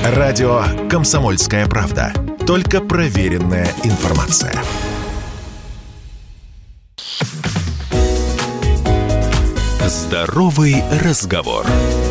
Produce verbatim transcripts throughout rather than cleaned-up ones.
Радио «Комсомольская правда». Только проверенная информация. Здоровый разговор.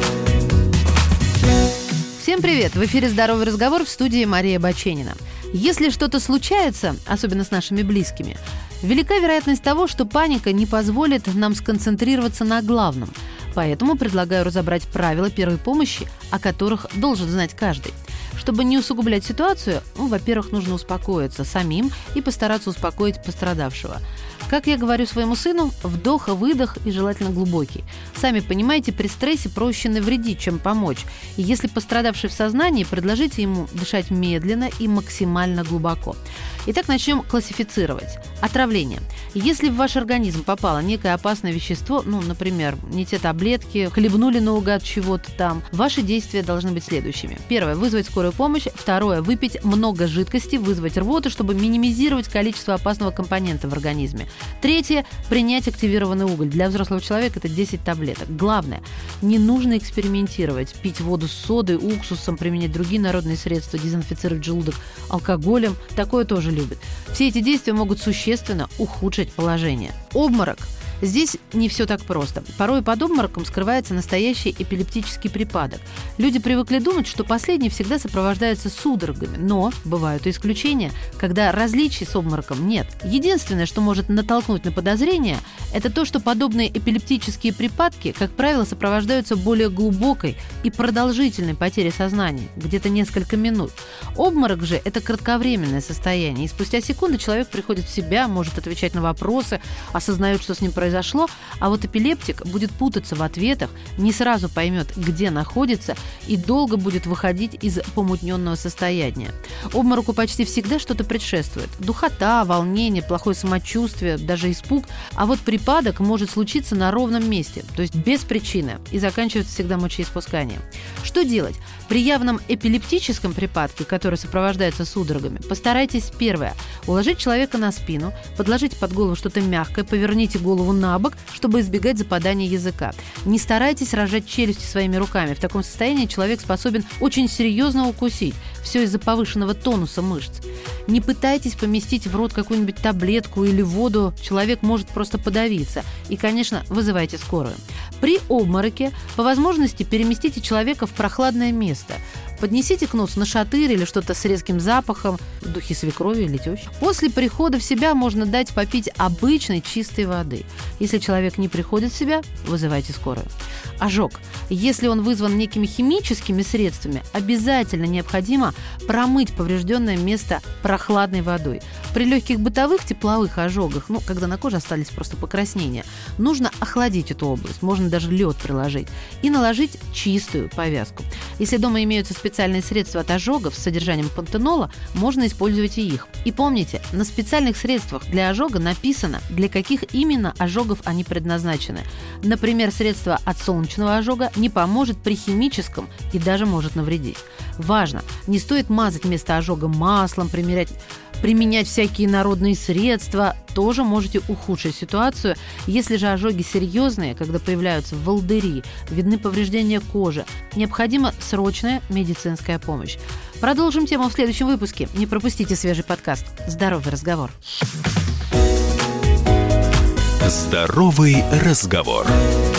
Всем привет! В эфире «Здоровый разговор», в студии Мария Баченина. Если что-то случается, особенно с нашими близкими, велика вероятность того, что паника не позволит нам сконцентрироваться на главном. Поэтому предлагаю разобрать правила первой помощи, о которых должен знать каждый. Чтобы не усугублять ситуацию, ну, во-первых, нужно успокоиться самим и постараться успокоить пострадавшего. Как я говорю своему сыну, вдох, выдох и желательно глубокий. Сами понимаете, при стрессе проще навредить, чем помочь. И если пострадавший в сознании, предложите ему дышать медленно и максимально глубоко. Итак, начнем классифицировать. Отравление. Если в ваш организм попало некое опасное вещество, ну, например, не те таблетки, хлебнули наугад чего-то там, ваши действия должны быть следующими. Первое – вызвать скорую помощь. Второе – выпить много жидкости, вызвать рвоту, чтобы минимизировать количество опасного компонента в организме. Третье – принять активированный уголь. Для взрослого человека это десять таблеток. Главное – не нужно экспериментировать, пить воду с содой, уксусом, применять другие народные средства, дезинфицировать желудок алкоголем. Такое тоже любят. Все эти действия могут существенно ухудшить положение. Обморок. Здесь не все так просто. Порой под обмороком скрывается настоящий эпилептический припадок. Люди привыкли думать, что последний всегда сопровождается судорогами, но бывают и исключения, когда различий с обмороком нет. Единственное, что может натолкнуть на подозрение, это то, что подобные эпилептические припадки, как правило, сопровождаются более глубокой и продолжительной потерей сознания, где-то несколько минут. Обморок же – это кратковременное состояние, и спустя секунды человек приходит в себя, может отвечать на вопросы, осознает, что с ним произошло, произошло, а вот эпилептик будет путаться в ответах, не сразу поймет, где находится, и долго будет выходить из помутненного состояния. Обмороку почти всегда что-то предшествует. Духота, волнение, плохое самочувствие, даже испуг. А вот припадок может случиться на ровном месте, то есть без причины, и заканчивается всегда мочеиспусканием. Что делать? При явном эпилептическом припадке, который сопровождается судорогами, постарайтесь, первое, уложить человека на спину, подложите под голову что-то мягкое, поверните голову на бок, чтобы избегать западания языка. Не старайтесь разжать челюсти своими руками. В таком состоянии человек способен очень серьезно укусить. Все из-за повышенного тонуса мышц. Не пытайтесь поместить в рот какую-нибудь таблетку или воду. Человек может просто подавиться. И, конечно, вызывайте скорую. При обмороке по возможности переместите человека в прохладное место. Поднесите к носу нашатырь или что-то с резким запахом, духи свекрови или тещи. После прихода в себя можно дать попить обычной чистой воды. Если человек не приходит в себя, вызывайте скорую. Ожог. Если он вызван некими химическими средствами, обязательно необходимо промыть поврежденное место прохладной водой. При легких бытовых тепловых ожогах, ну, когда на коже остались просто покраснения, нужно охладить эту область, можно даже лед приложить, и наложить чистую повязку. Если дома имеются специальные средства от ожогов с содержанием пантенола, можно использовать и их. И помните, на специальных средствах для ожога написано, для каких именно ожогов они предназначены. Например, средство от солнечного ожога не поможет при химическом и даже может навредить. Важно, не стоит мазать место ожога маслом, применять, применять всякие народные средства, тоже можете ухудшить ситуацию. Если же ожоги серьезные, когда появляются волдыри, видны повреждения кожи, необходима срочная медицинская помощь. Продолжим тему в следующем выпуске. Не пропустите свежий подкаст «Здоровый разговор». Здоровый разговор.